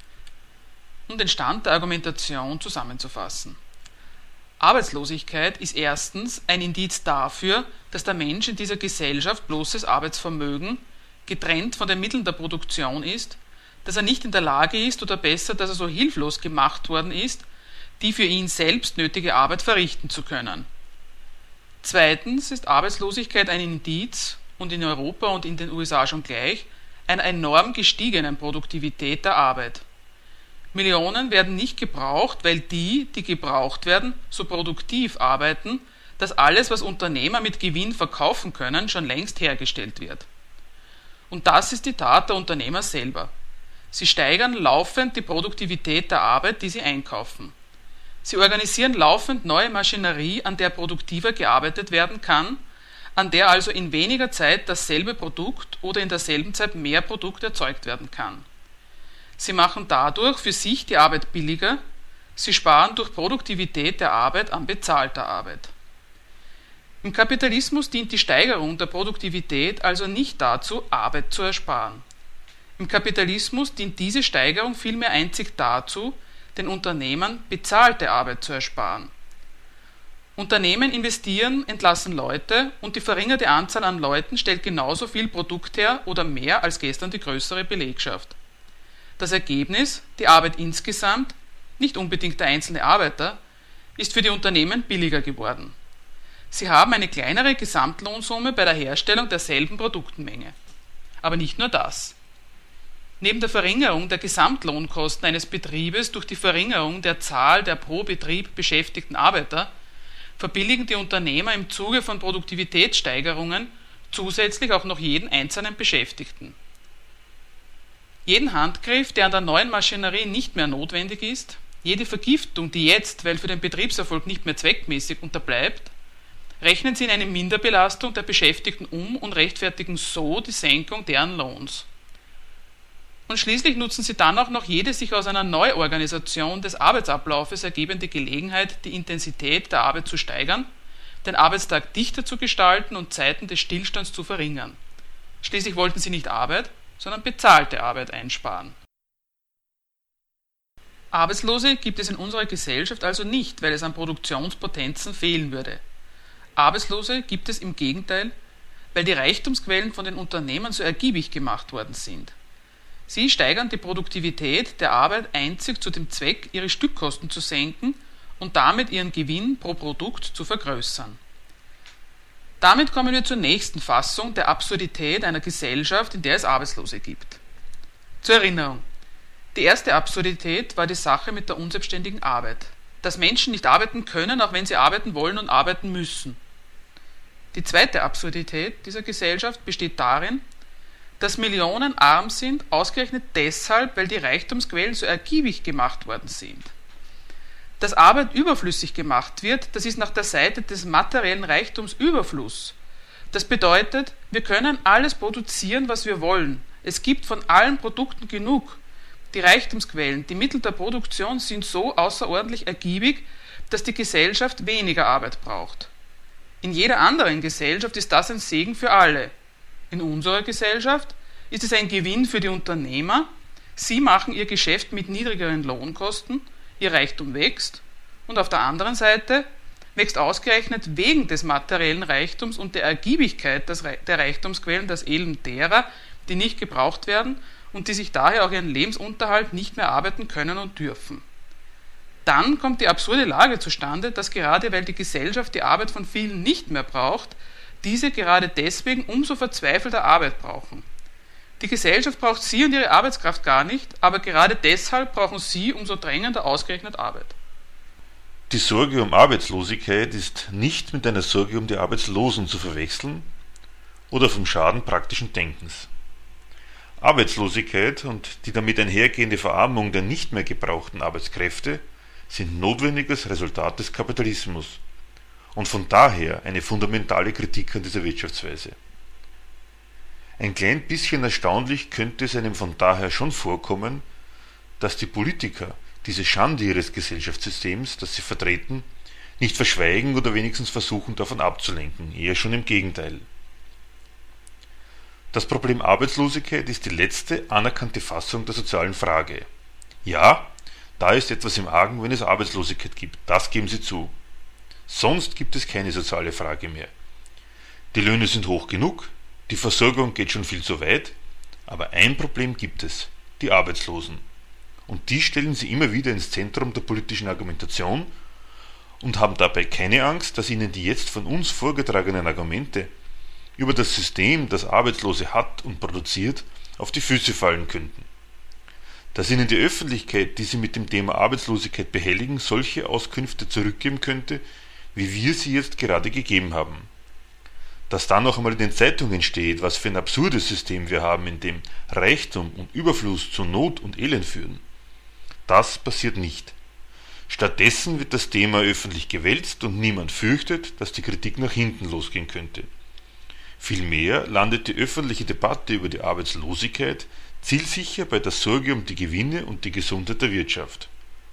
Um den Stand der Argumentation zusammenzufassen. Arbeitslosigkeit ist erstens ein Indiz dafür, dass der Mensch in dieser Gesellschaft bloßes Arbeitsvermögen, getrennt von den Mitteln der Produktion ist, dass er nicht in der Lage ist oder besser, dass er so hilflos gemacht worden ist, die für ihn selbst nötige Arbeit verrichten zu können. Zweitens ist Arbeitslosigkeit ein Indiz, und in Europa und in den USA schon gleich, einer enorm gestiegenen Produktivität der Arbeit. Millionen werden nicht gebraucht, weil die gebraucht werden, so produktiv arbeiten, dass alles, was Unternehmer mit Gewinn verkaufen können, schon längst hergestellt wird. Und das ist die Tat der Unternehmer selber. Sie steigern laufend die Produktivität der Arbeit, die sie einkaufen. Sie organisieren laufend neue Maschinerie, an der produktiver gearbeitet werden kann, an der also in weniger Zeit dasselbe Produkt oder in derselben Zeit mehr Produkt erzeugt werden kann. Sie machen dadurch für sich die Arbeit billiger, sie sparen durch Produktivität der Arbeit an bezahlter Arbeit. Im Kapitalismus dient die Steigerung der Produktivität also nicht dazu, Arbeit zu ersparen. Im Kapitalismus dient diese Steigerung vielmehr einzig dazu, den Unternehmern bezahlte Arbeit zu ersparen. Unternehmen investieren, entlassen Leute und die verringerte Anzahl an Leuten stellt genauso viel Produkt her oder mehr als gestern die größere Belegschaft. Das Ergebnis, die Arbeit insgesamt, nicht unbedingt der einzelne Arbeiter, ist für die Unternehmen billiger geworden. Sie haben eine kleinere Gesamtlohnsumme bei der Herstellung derselben Produktenmenge. Aber nicht nur das. Neben der Verringerung der Gesamtlohnkosten eines Betriebes durch die Verringerung der Zahl der pro Betrieb beschäftigten Arbeiter verbilligen die Unternehmer im Zuge von Produktivitätssteigerungen zusätzlich auch noch jeden einzelnen Beschäftigten. Jeden Handgriff, der an der neuen Maschinerie nicht mehr notwendig ist, jede Vergiftung, die jetzt, weil für den Betriebserfolg nicht mehr zweckmäßig, unterbleibt, rechnen sie in eine Minderbelastung der Beschäftigten um und rechtfertigen so die Senkung deren Lohns. Und schließlich nutzen sie dann auch noch jede sich aus einer Neuorganisation des Arbeitsablaufes ergebende Gelegenheit, die Intensität der Arbeit zu steigern, den Arbeitstag dichter zu gestalten und Zeiten des Stillstands zu verringern. Schließlich wollten sie nicht Arbeit, sondern bezahlte Arbeit einsparen. Arbeitslose gibt es in unserer Gesellschaft also nicht, weil es an Produktionspotenzen fehlen würde. Arbeitslose gibt es im Gegenteil, weil die Reichtumsquellen von den Unternehmen so ergiebig gemacht worden sind. Sie steigern die Produktivität der Arbeit einzig zu dem Zweck, ihre Stückkosten zu senken und damit ihren Gewinn pro Produkt zu vergrößern. Damit kommen wir zur nächsten Fassung der Absurdität einer Gesellschaft, in der es Arbeitslose gibt. Zur Erinnerung: Die erste Absurdität war die Sache mit der unselbstständigen Arbeit, dass Menschen nicht arbeiten können, auch wenn sie arbeiten wollen und arbeiten müssen. Die zweite Absurdität dieser Gesellschaft besteht darin, dass Millionen arm sind, ausgerechnet deshalb, weil die Reichtumsquellen so ergiebig gemacht worden sind. Dass Arbeit überflüssig gemacht wird, das ist nach der Seite des materiellen Reichtums Überfluss. Das bedeutet, wir können alles produzieren, was wir wollen. Es gibt von allen Produkten genug. Die Reichtumsquellen, die Mittel der Produktion sind so außerordentlich ergiebig, dass die Gesellschaft weniger Arbeit braucht. In jeder anderen Gesellschaft ist das ein Segen für alle. In unserer Gesellschaft ist es ein Gewinn für die Unternehmer. Sie machen ihr Geschäft mit niedrigeren Lohnkosten, ihr Reichtum wächst, und auf der anderen Seite wächst ausgerechnet wegen des materiellen Reichtums und der Ergiebigkeit der Reichtumsquellen das Elend derer, die nicht gebraucht werden und die sich daher auch ihren Lebensunterhalt nicht mehr arbeiten können und dürfen. Dann kommt die absurde Lage zustande, dass gerade weil die Gesellschaft die Arbeit von vielen nicht mehr braucht, diese gerade deswegen umso verzweifelter Arbeit brauchen. Die Gesellschaft braucht sie und ihre Arbeitskraft gar nicht, aber gerade deshalb brauchen sie umso drängender ausgerechnet Arbeit. Die Sorge um Arbeitslosigkeit ist nicht mit einer Sorge um die Arbeitslosen zu verwechseln oder vom Schaden praktischen Denkens. Arbeitslosigkeit und die damit einhergehende Verarmung der nicht mehr gebrauchten Arbeitskräfte sind notwendiges Resultat des Kapitalismus und von daher eine fundamentale Kritik an dieser Wirtschaftsweise. Ein klein bisschen erstaunlich könnte es einem von daher schon vorkommen, dass die Politiker diese Schande ihres Gesellschaftssystems, das sie vertreten, nicht verschweigen oder wenigstens versuchen, davon abzulenken, eher schon im Gegenteil. Das Problem Arbeitslosigkeit ist die letzte anerkannte Fassung der sozialen Frage. Ja, da ist etwas im Argen, wenn es Arbeitslosigkeit gibt, das geben sie zu. Sonst gibt es keine soziale Frage mehr. Die Löhne sind hoch genug, die Versorgung geht schon viel zu weit, aber ein Problem gibt es, die Arbeitslosen. Und die stellen sie immer wieder ins Zentrum der politischen Argumentation und haben dabei keine Angst, dass ihnen die jetzt von uns vorgetragenen Argumente über das System, das Arbeitslose hat und produziert, auf die Füße fallen könnten. Dass ihnen die Öffentlichkeit, die sie mit dem Thema Arbeitslosigkeit behelligen, solche Auskünfte zurückgeben könnte, wie wir sie jetzt gerade gegeben haben. Dass dann noch einmal in den Zeitungen steht, was für ein absurdes System wir haben, in dem Reichtum und Überfluss zu Not und Elend führen. Das passiert nicht. Stattdessen wird das Thema öffentlich gewälzt und niemand fürchtet, dass die Kritik nach hinten losgehen könnte. Vielmehr landet die öffentliche Debatte über die Arbeitslosigkeit zielsicher bei der Sorge um die Gewinne und die Gesundheit der Wirtschaft.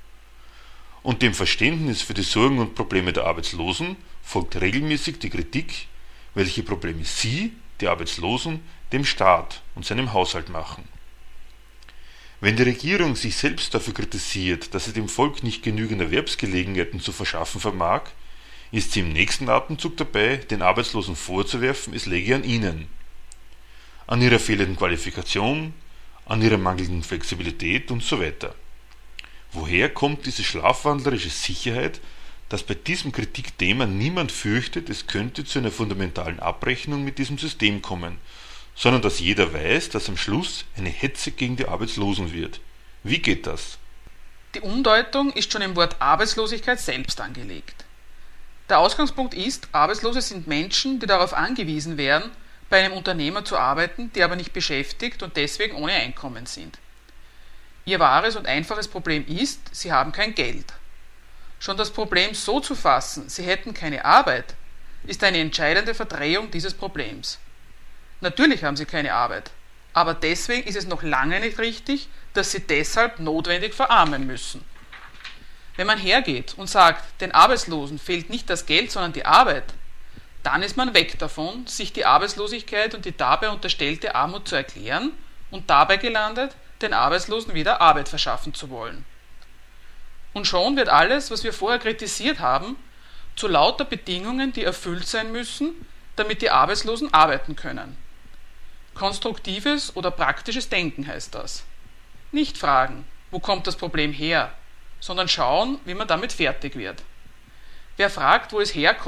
Und dem Verständnis für die Sorgen und Probleme der Arbeitslosen folgt regelmäßig die Kritik, welche Probleme sie, die Arbeitslosen, dem Staat und seinem Haushalt machen. Wenn die Regierung sich selbst dafür kritisiert, dass sie dem Volk nicht genügend Erwerbsgelegenheiten zu verschaffen vermag, ist sie im nächsten Atemzug dabei, den Arbeitslosen vorzuwerfen, es läge an ihnen. An ihrer fehlenden Qualifikation, an ihrer mangelnden Flexibilität und so weiter. Woher kommt diese schlafwandlerische Sicherheit, dass bei diesem Kritikthema niemand fürchtet, es könnte zu einer fundamentalen Abrechnung mit diesem System kommen, sondern dass jeder weiß, dass am Schluss eine Hetze gegen die Arbeitslosen wird? Wie geht das? Die Umdeutung ist schon im Wort Arbeitslosigkeit selbst angelegt. Der Ausgangspunkt ist, Arbeitslose sind Menschen, die darauf angewiesen wären, bei einem Unternehmer zu arbeiten, die aber nicht beschäftigt und deswegen ohne Einkommen sind. Ihr wahres und einfaches Problem ist, sie haben kein Geld. Schon das Problem so zu fassen, sie hätten keine Arbeit, ist eine entscheidende Verdrehung dieses Problems. Natürlich haben sie keine Arbeit, aber deswegen ist es noch lange nicht richtig, dass sie deshalb notwendig verarmen müssen. Wenn man hergeht und sagt, den Arbeitslosen fehlt nicht das Geld, sondern die Arbeit, dann ist man weg davon, sich die Arbeitslosigkeit und die dabei unterstellte Armut zu erklären und dabei gelandet, den Arbeitslosen wieder Arbeit verschaffen zu wollen. Und schon wird alles, was wir vorher kritisiert haben, zu lauter Bedingungen, die erfüllt sein müssen, damit die Arbeitslosen arbeiten können. Konstruktives oder praktisches Denken heißt das. Nicht fragen, wo kommt das Problem her, sondern schauen, wie man damit fertig wird. Wer fragt, wo es herkommt,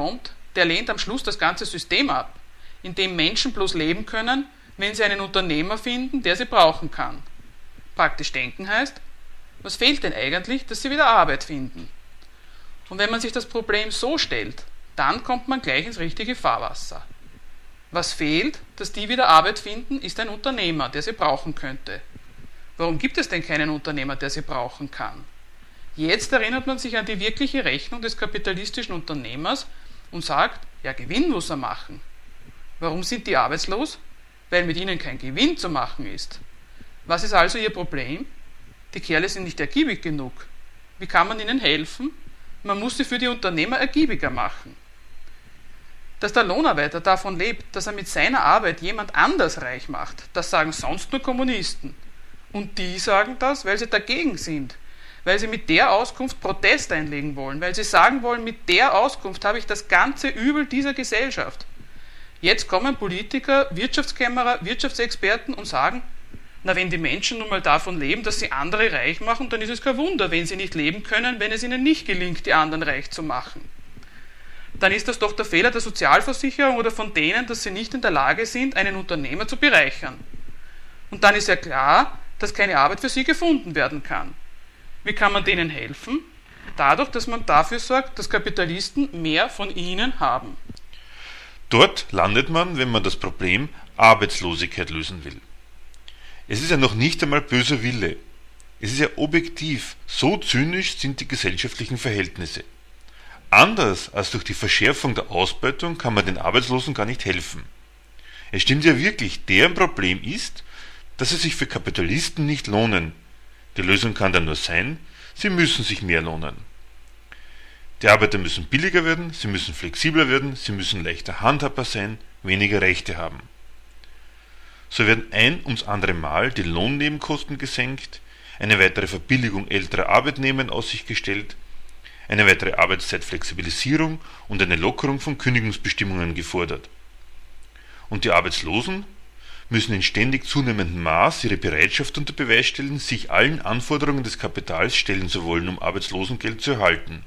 der lehnt am Schluss das ganze System ab, in dem Menschen bloß leben können, wenn sie einen Unternehmer finden, der sie brauchen kann. Praktisch denken heißt, was fehlt denn eigentlich, dass sie wieder Arbeit finden? Und wenn man sich das Problem so stellt, dann kommt man gleich ins richtige Fahrwasser. Was fehlt, dass die wieder Arbeit finden, ist ein Unternehmer, der sie brauchen könnte. Warum gibt es denn keinen Unternehmer, der sie brauchen kann? Jetzt erinnert man sich an die wirkliche Rechnung des kapitalistischen Unternehmers und sagt, ja, Gewinn muss er machen. Warum sind die arbeitslos? Weil mit ihnen kein Gewinn zu machen ist. Was ist also ihr Problem? Die Kerle sind nicht ergiebig genug. Wie kann man ihnen helfen? Man muss sie für die Unternehmer ergiebiger machen. Dass der Lohnarbeiter davon lebt, dass er mit seiner Arbeit jemand anders reich macht, das sagen sonst nur Kommunisten. Und die sagen das, weil sie dagegen sind, weil sie mit der Auskunft Protest einlegen wollen, weil sie sagen wollen, mit der Auskunft habe ich das ganze Übel dieser Gesellschaft. Jetzt kommen Politiker, Wirtschaftskämmerer, Wirtschaftsexperten und sagen, na, wenn die Menschen nun mal davon leben, dass sie andere reich machen, dann ist es kein Wunder, wenn sie nicht leben können, wenn es ihnen nicht gelingt, die anderen reich zu machen. Dann ist das doch der Fehler der Sozialversicherung oder von denen, dass sie nicht in der Lage sind, einen Unternehmer zu bereichern. Und dann ist ja klar, dass keine Arbeit für sie gefunden werden kann. Wie kann man denen helfen? Dadurch, dass man dafür sorgt, dass Kapitalisten mehr von ihnen haben. Dort landet man, wenn man das Problem Arbeitslosigkeit lösen will. Es ist ja noch nicht einmal böser Wille. Es ist ja objektiv, so zynisch sind die gesellschaftlichen Verhältnisse. Anders als durch die Verschärfung der Ausbeutung kann man den Arbeitslosen gar nicht helfen. Es stimmt ja wirklich, deren Problem ist, dass sie sich für Kapitalisten nicht lohnen. Die Lösung kann dann nur sein, sie müssen sich mehr lohnen. Die Arbeiter müssen billiger werden, sie müssen flexibler werden, sie müssen leichter handhabbar sein, weniger Rechte haben. So werden ein ums andere Mal die Lohnnebenkosten gesenkt, eine weitere Verbilligung älterer Arbeitnehmer in Aussicht gestellt, eine weitere Arbeitszeitflexibilisierung und eine Lockerung von Kündigungsbestimmungen gefordert. Und die Arbeitslosen müssen in ständig zunehmendem Maß ihre Bereitschaft unter Beweis stellen, sich allen Anforderungen des Kapitals stellen zu wollen, um Arbeitslosengeld zu erhalten.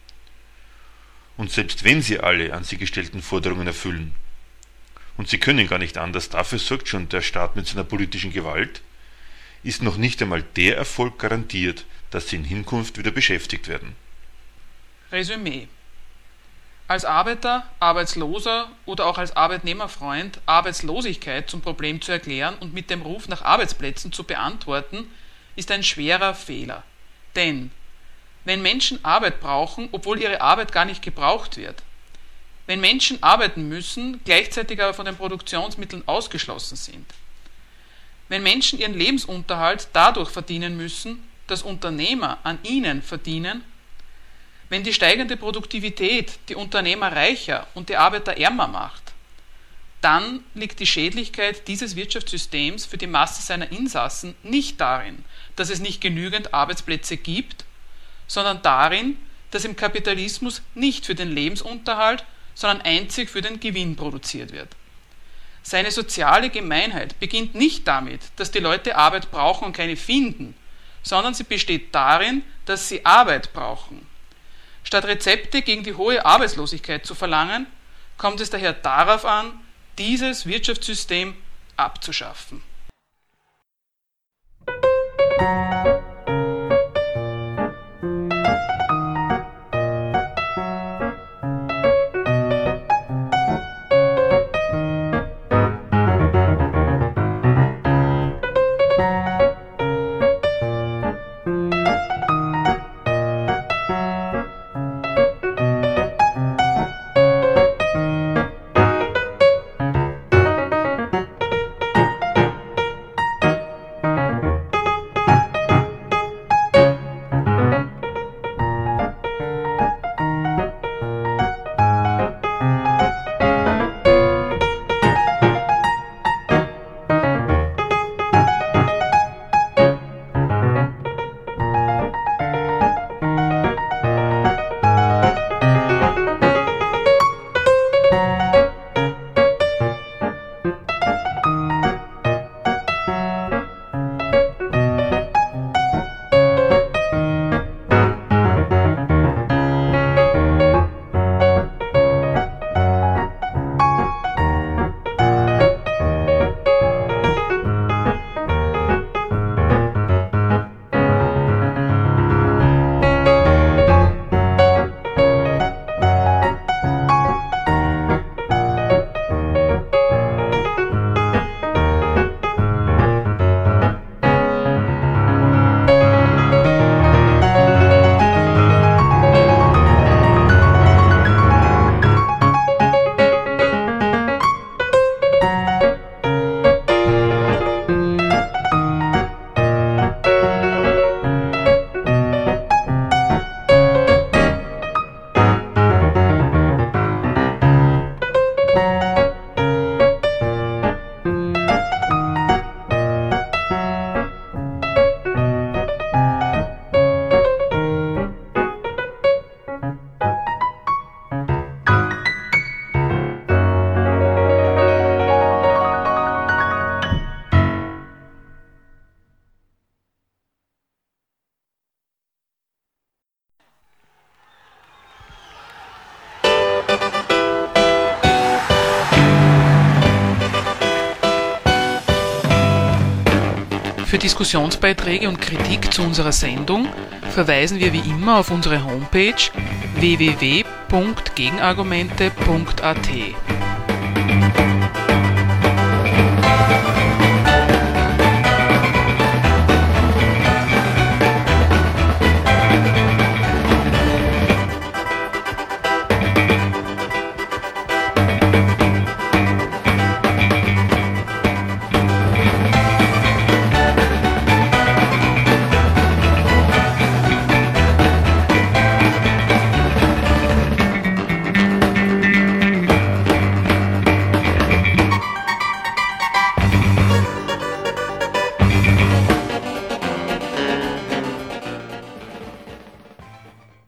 Und selbst wenn sie alle an sie gestellten Forderungen erfüllen, und sie können gar nicht anders, dafür sorgt schon der Staat mit seiner politischen Gewalt, ist noch nicht einmal der Erfolg garantiert, dass sie in Hinkunft wieder beschäftigt werden. Resümee. Als Arbeiter, Arbeitsloser oder auch als Arbeitnehmerfreund Arbeitslosigkeit zum Problem zu erklären und mit dem Ruf nach Arbeitsplätzen zu beantworten, ist ein schwerer Fehler. Denn wenn Menschen Arbeit brauchen, obwohl ihre Arbeit gar nicht gebraucht wird, wenn Menschen arbeiten müssen, gleichzeitig aber von den Produktionsmitteln ausgeschlossen sind, wenn Menschen ihren Lebensunterhalt dadurch verdienen müssen, dass Unternehmer an ihnen verdienen, wenn die steigende Produktivität die Unternehmer reicher und die Arbeiter ärmer macht, dann liegt die Schädlichkeit dieses Wirtschaftssystems für die Masse seiner Insassen nicht darin, dass es nicht genügend Arbeitsplätze gibt, sondern darin, dass im Kapitalismus nicht für den Lebensunterhalt, sondern einzig für den Gewinn produziert wird. Seine soziale Gemeinheit beginnt nicht damit, dass die Leute Arbeit brauchen und keine finden, sondern sie besteht darin, dass sie Arbeit brauchen. Statt Rezepte gegen die hohe Arbeitslosigkeit zu verlangen, kommt es daher darauf an, dieses Wirtschaftssystem abzuschaffen. Diskussionsbeiträge und Kritik zu unserer Sendung verweisen wir wie immer auf unsere Homepage www.gegenargumente.at.